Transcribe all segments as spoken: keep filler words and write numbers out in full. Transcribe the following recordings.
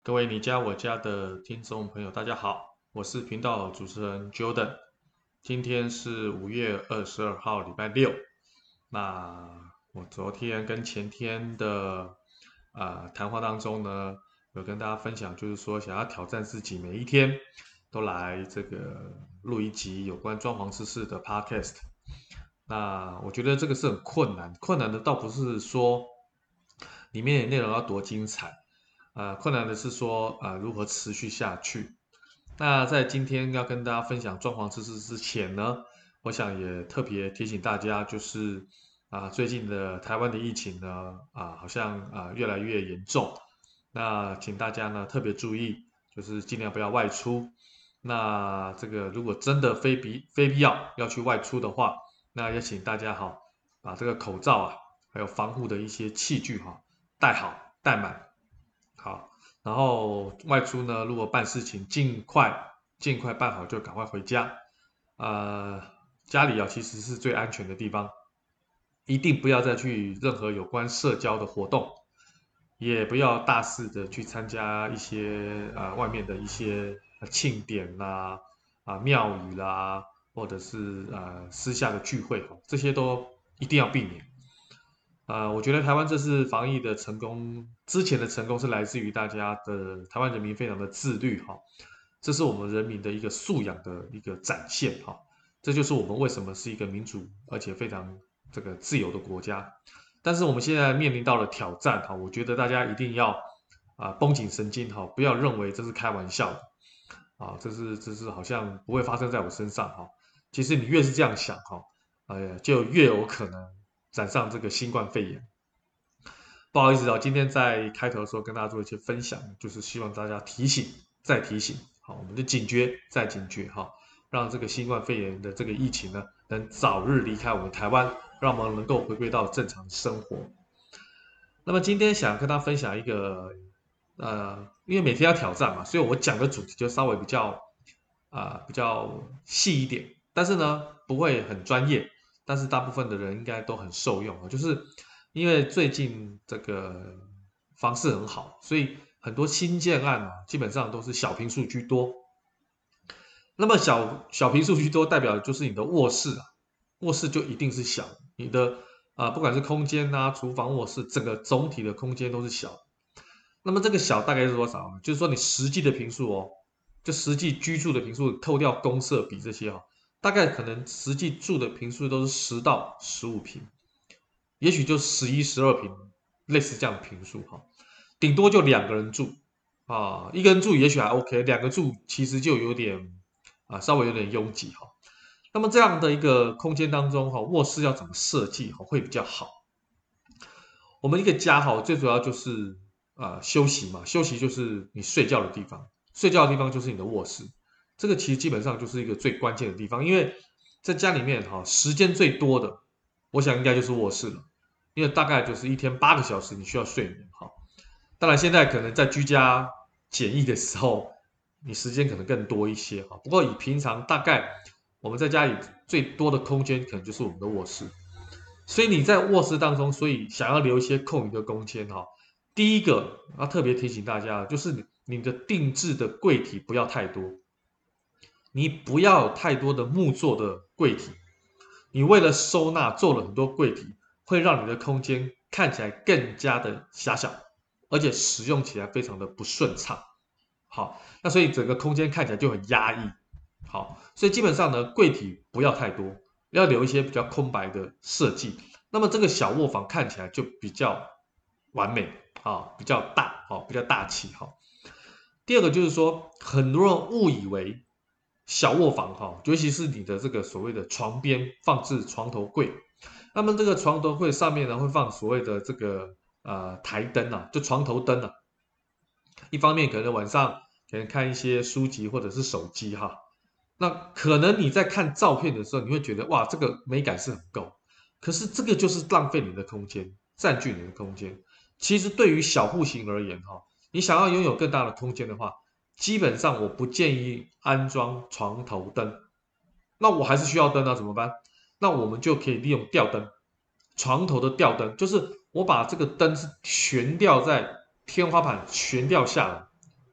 各位你家我家的听众朋友，大家好，我是频道主持人 Jordan。今天是五月二十二号，礼拜六。那我昨天跟前天的啊、呃谈话当中呢，有跟大家分享，就是说想要挑战自己，每一天都来这个录一集有关装潢知识的 Podcast。那我觉得这个是很困难，困难的倒不是说里面的内容要多精彩，呃，困难的是说呃如何持续下去。那在今天要跟大家分享装潢知识之前呢，我想也特别提醒大家，就是啊、最近的台湾的疫情呢啊、好像啊、越来越严重，那请大家呢特别注意，就是尽量不要外出。那这个如果真的非必非必要要去外出的话，那也请大家哈把这个口罩啊，还有防护的一些器具哈带好带满。好，然后外出呢，如果办事情，尽快尽快办好就赶快回家。呃，家里啊其实是最安全的地方，一定不要再去任何有关社交的活动，也不要大肆的去参加一些啊、呃外面的一些呃庆典啦、啊、庙宇啦，或者是呃私下的聚会哦，这些都一定要避免。啊、我觉得台湾这次防疫的成功，之前的成功是来自于大家的台湾人民非常的自律哈，这是我们人民的一个素养的一个展现哈，这就是我们为什么是一个民主而且非常这个自由的国家。但是我们现在面临到了挑战哈，我觉得大家一定要啊绷紧神经哈，不要认为这是开玩笑的啊，这是这是好像不会发生在我身上哈。其实你越是这样想哈，哎呀，就越有可能染上这个新冠肺炎。不好意思啊，今天在开头的时候跟大家做一些分享，就是希望大家提醒再提醒，好，我们就警觉再警觉哈，让这个新冠肺炎的这个疫情呢，能早日离开我们台湾，让我们能够回归到正常的生活。那么今天想跟大家分享一个，呃，因为每天要挑战嘛，所以我讲的主题就稍微比较啊、呃比较细一点，但是呢不会很专业，但是大部分的人应该都很受用啊，就是因为最近这个房市很好，所以很多新建案啊，基本上都是小平数居多。那么小小平数居多，代表的就是你的卧室啊，卧室就一定是小，你的啊、呃不管是空间啊，厨房、卧室，整个总体的空间都是小。那么这个小大概是多少呢？就是说你实际的平数哦，就实际居住的平数，扣掉公设比这些哦，大概可能实际住的平数都是十到十五平，也许就十一、十二平，类似这样的平数哈，顶多就两个人住啊，一个人住也许还 OK，两个住其实就有点啊，稍微有点拥挤哈。那么这样的一个空间当中哈，卧室要怎么设计哈会比较好？我们一个家哈，最主要就是啊、呃休息嘛，休息就是你睡觉的地方，睡觉的地方就是你的卧室，这个其实基本上就是一个最关键的地方，因为在家里面哈，时间最多的，我想应该就是卧室了，因为大概就是一天八个小时你需要睡眠哈。当然现在可能在居家检疫的时候，你时间可能更多一些哈，不过以平常大概我们在家里最多的空间可能就是我们的卧室。所以你在卧室当中，所以想要留一些空余的空间哈。第一个要特别提醒大家，就是你的定制的柜体不要太多，你不要有太多的木做的柜体，你为了收纳做了很多柜体，会让你的空间看起来更加的狭小，而且使用起来非常的不顺畅。好，那所以整个空间看起来就很压抑。好，所以基本上呢，柜体不要太多，要留一些比较空白的设计。那么这个小卧房看起来就比较完美啊，比较大，好，比较大气哈。第二个就是说，很多人误以为小卧房哈，尤其是你的这个所谓的床边放置床头柜，那么这个床头柜上面呢会放所谓的这个呃台灯啊，就床头灯啊。一方面可能晚上可能看一些书籍或者是手机哈，那可能你在看照片的时候，你会觉得哇，这个美感是很够，可是这个就是浪费你的空间，占据你的空间。其实对于小户型而言哈，你想要拥有更大的空间的话，基本上我不建议安装床头灯。那我还是需要灯啊，怎么办？那我们就可以利用吊灯，床头的吊灯，就是我把这个灯是悬吊在天花板悬吊下来，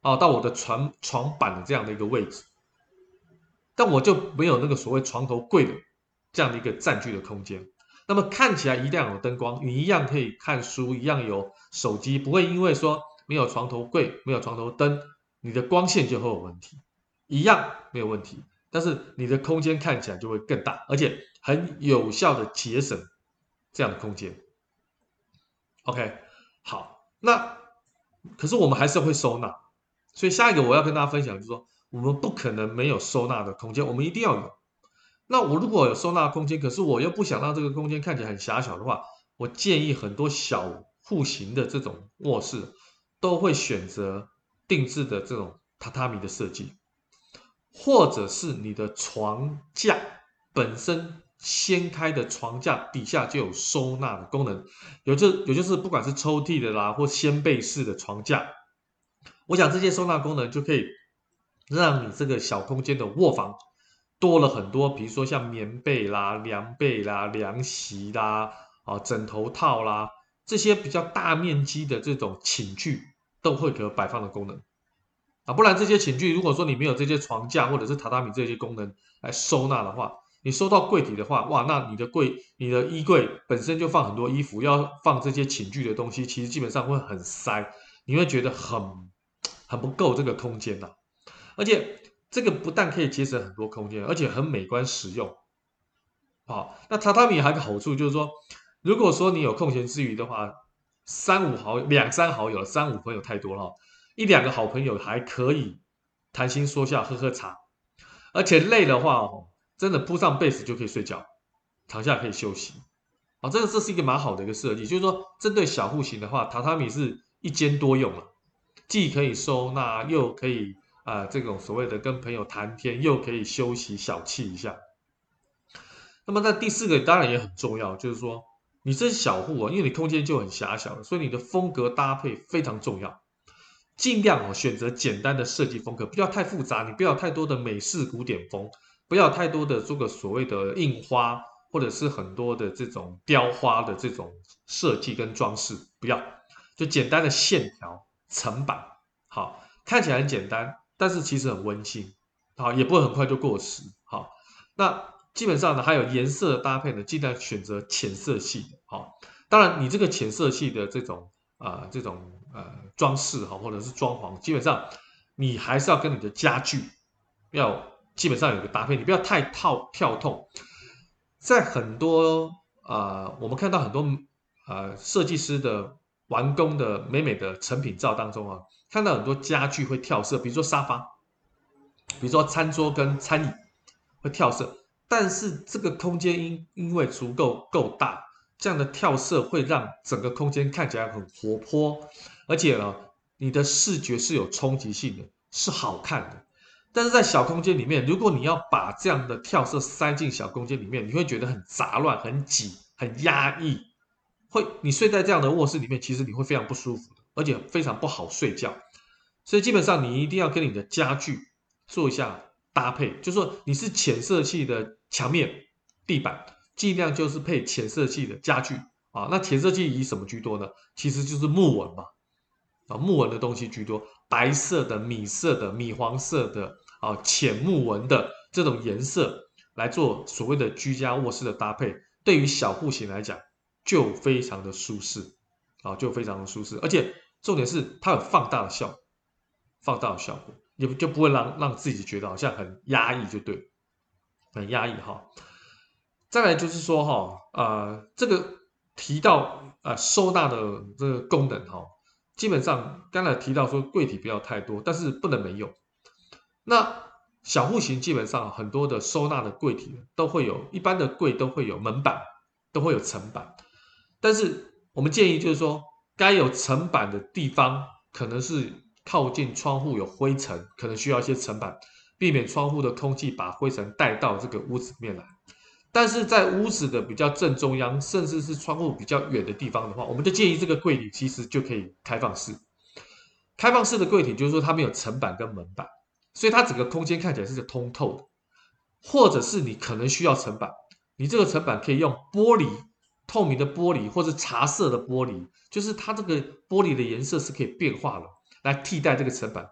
哦，到我的床床板的这样的一个位置，但我就没有那个所谓床头柜的这样的一个占据的空间。那么看起来一样有灯光，你一样可以看书，一样有手机，不会因为说没有床头柜、没有床头灯，你的光线就会有问题，一样没有问题。但是你的空间看起来就会更大，而且很有效的节省这样的空间。OK，好，那可是我们还是会收纳，所以下一个我要跟大家分享就是说，我们不可能没有收纳的空间，我们一定要有。那我如果有收纳空间，可是我又不想让这个空间看起来很狭小的话，我建议很多小户型的这种卧室都会选择定制的这种榻榻米的设计，或者是你的床架本身掀开的床架底下就有收纳的功能，有就有就是不管是抽屉的啦，或掀背式的床架，我想这些收纳功能就可以让你这个小空间的卧房多了很多，比如说像棉被啦、凉被啦、凉席啦、啊枕头套啦，这些比较大面积的这种寝具都会可摆放的功能啊。不然这些寝具，如果说你没有这些床架或者是榻榻米这些功能来收纳的话，你收到柜体的话，哇，那你的柜、你的衣柜本身就放很多衣服，要放这些寝具的东西，其实基本上会很塞，你会觉得很很不够这个空间呐、啊。而且这个不但可以节省很多空间，而且很美观实用。好，那榻榻米还有个好处就是说，如果说你有空闲之余的话，三五好友、两三好友、三五朋友太多了，一两个好朋友还可以谈心说笑、喝喝茶，而且累的话哦，真的铺上被子就可以睡觉，躺下可以休息。啊，这个这是一个蛮好的一个设计，就是说针对小户型的话，榻榻米是一间多用了，既可以收纳，又可以啊、呃、这种所谓的跟朋友谈天，又可以休息小憩一下。那么那第四个当然也很重要，就是说你这是小户啊，因为你空间就很狭小了，所以你的风格搭配非常重要。尽量哦选择简单的设计风格，不要太复杂，你不要太多的美式古典风，不要太多的这个所谓的印花或者是很多的这种雕花的这种设计跟装饰，不要，就简单的线条层板，好，看起来很简单，但是其实很温馨，好，也不会很快就过时，好，那基本上呢，还有颜色的搭配呢，尽量选择浅色系的，好，当然你这个浅色系的这种。啊、呃、这种呃装饰哈，或者是装潢，基本上你还是要跟你的家具要基本上有个搭配，你不要太套跳痛。在很多啊、呃，我们看到很多呃设计师的完工的美美的成品照当中啊，看到很多家具会跳色，比如说沙发，比如说餐桌跟餐椅会跳色，但是这个空间因因为足够够大，这样的跳色会让整个空间看起来很活泼，而且呢，你的视觉是有冲击性的，是好看的。但是在小空间里面，如果你要把这样的跳色塞进小空间里面，你会觉得很杂乱、很挤、很压抑，会你睡在这样的卧室里面，其实你会非常不舒服的，而且非常不好睡觉。所以基本上你一定要跟你的家具做一下搭配，就是说你是浅色系的墙面、地板，尽量就是配浅色系的家具啊。那浅色系以什么居多呢？其实就是木纹嘛，啊，木纹的东西居多，白色的、米色的、米黄色的啊、浅木纹的这种颜色来做所谓的居家卧室的搭配，对于小户型来讲就非常的舒适啊，就非常的舒适，而且重点是它有放大的效果。放大的效果，也就不会让让自己觉得好像很压抑，就对，很压抑哈。再来就是说哈，呃，这个提到呃收纳的这个功能哈，基本上刚才提到说柜体不要太多，但是不能没有。那小户型基本上很多的收纳的柜体都会有，一般的柜都会有门板，都会有层板，但是我们建议就是说，该有层板的地方可能是靠近窗户有灰尘，可能需要一些层板，避免窗户的空气把灰尘带到这个屋子里面来。但是在屋子的比较正中央，甚至是窗户比较远的地方的话，我们就建议这个柜体其实就可以开放式。开放式的柜体就是说它没有层板跟门板，所以它整个空间看起来是个通透的。或者是你可能需要层板，你这个层板可以用玻璃透明的玻璃或者茶色的玻璃，就是它这个玻璃的颜色是可以变化的，来替代这个层板，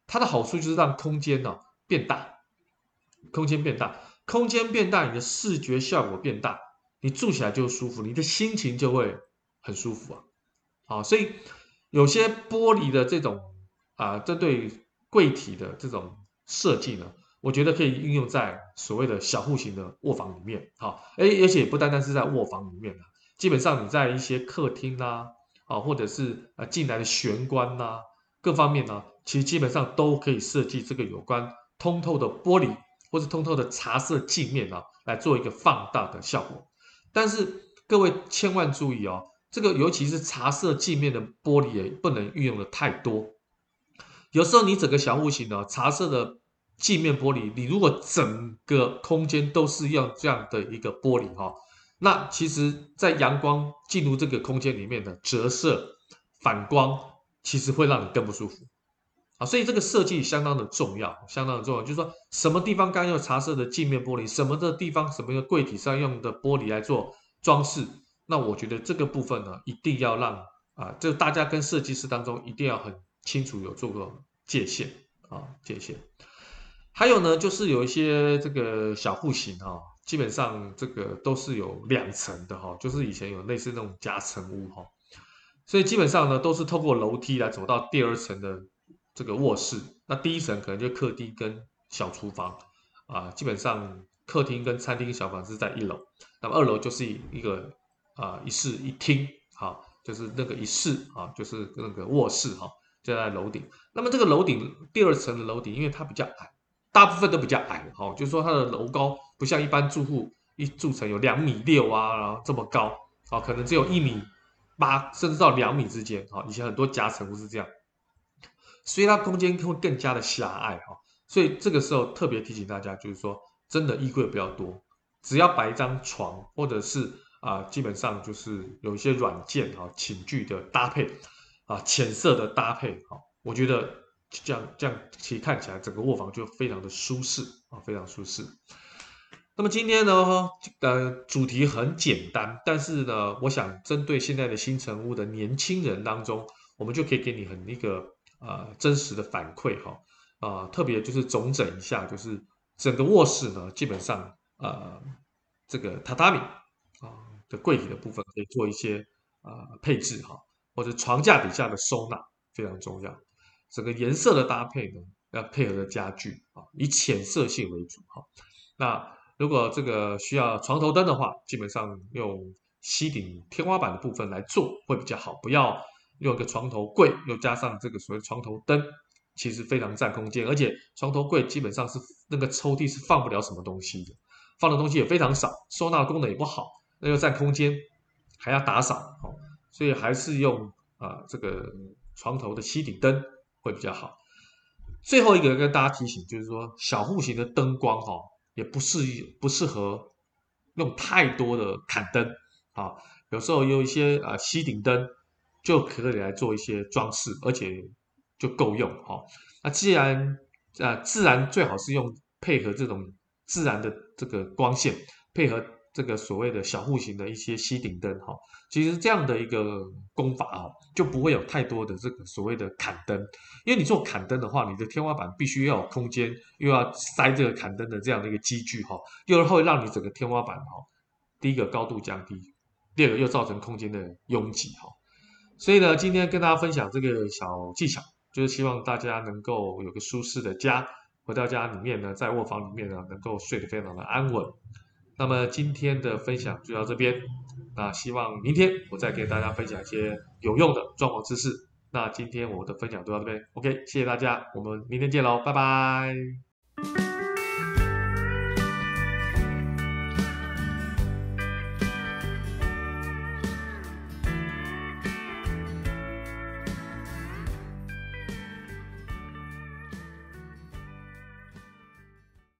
它的好处就是让空间呢、哦、变大，空间变大，空间变大，你的视觉效果变大，你住起来就舒服，你的心情就会很舒服啊。好，所以有些玻璃的这种啊，针对柜体的这种设计呢，我觉得可以运用在所谓的小户型的卧房里面。好，而而且不单单是在卧房里面啊，基本上你在一些客厅呐、啊，啊，或者是呃进来的玄关呐、啊，各方面呢，其实基本上都可以设计这个有关通透的玻璃或是通透的茶色镜面啊，来做一个放大的效果。但是各位千万注意哦，这个尤其是茶色镜面的玻璃也不能运用的太多。有时候你整个小户型呢，茶色的镜面玻璃，你如果整个空间都是用这样的一个玻璃哈，那其实在阳光进入这个空间里面的折射、反光，其实会让你更不舒服。啊，所以这个设计相当的重要，相当的重要，就是说什么地方该用茶色的镜面玻璃，什么的地方什么的柜体上用的玻璃来做装饰，那我觉得这个部分呢，一定要让啊，就大家跟设计师当中一定要很清楚有做过界限啊，界限。还有呢，就是有一些这个小户型哈、哦，基本上这个都是有两层的哈、哦，就是以前有类似那种夹层屋哈、哦，所以基本上呢都是透过楼梯来走到第二层的这个卧室。那第一层可能就客厅跟小厨房啊，基本上客厅跟餐厅小房是在一楼，那么二楼就是一个啊一室一厅，好，就是那个一室啊，就是那个卧室哈、就在楼顶。那么这个楼顶第二层的楼顶，因为它比较矮，大部分都比较矮，哈、就是说它的楼高不像一般住户一住层有两米六啊，然后这么高，啊，可能只有一米八甚至到两米之间，哈，以前很多夹层屋是这样，所以它空间会更加的狭隘，哈，所以这个时候特别提醒大家，就是说真的衣柜不要多，只要摆一张床，或者是啊、基本上就是有一些软件哈、寝具的搭配啊，浅色的搭配，哈，我觉得这样这样其实看起来整个卧房就非常的舒适啊，非常舒适。那么今天呢，呃，主题很简单，但是呢，我想针对现在的新成屋的年轻人当中，我们就可以给你很一个呃真实的反馈哈，啊、呃，特别就是总整一下，就是整个卧室呢，基本上呃这个榻榻米啊、的柜体的部分可以做一些呃配置哈，或者床架底下的收纳非常重要，整个颜色的搭配呢，要配合的家具啊，以浅色系为主哈，那。如果这个需要床头灯的话，基本上用吸顶天花板的部分来做会比较好，不要用一个床头柜，又加上这个所谓床头灯，其实非常占空间，而且床头柜基本上是那个抽屉是放不了什么东西的，放的东西也非常少，收纳功能也不好，那又占空间，还要打扫，哦，所以还是用啊、呃、这个床头的吸顶灯会比较好。最后一个跟大家提醒，就是说小户型的灯光哈、哦。也不适不适合用太多的砍灯啊，有时候有一些啊吸顶灯就可以来做一些装饰，而且就够用哈。那既然啊自然最好是用配合这种自然的这个光线，配合这个所谓的小户型的一些吸顶灯哈，其实这样的一个功法啊，就不会有太多的这个所谓的砍灯。因为你做砍灯的话，你的天花板必须要有空间，又要塞这个砍灯的这样的一个机具哈，又会让你整个天花板哈，第一个高度降低，第二个又造成空间的拥挤哈。所以呢，今天跟大家分享这个小技巧，就是希望大家能够有个舒适的家，回到家里面呢，在卧房里面呢，能够睡得非常的安稳。那么今天的分享就到这边，那希望明天我再给大家分享一些有用的装潢知识。那今天我的分享就到这边，OK，谢谢大家，我们明天见喽，拜拜。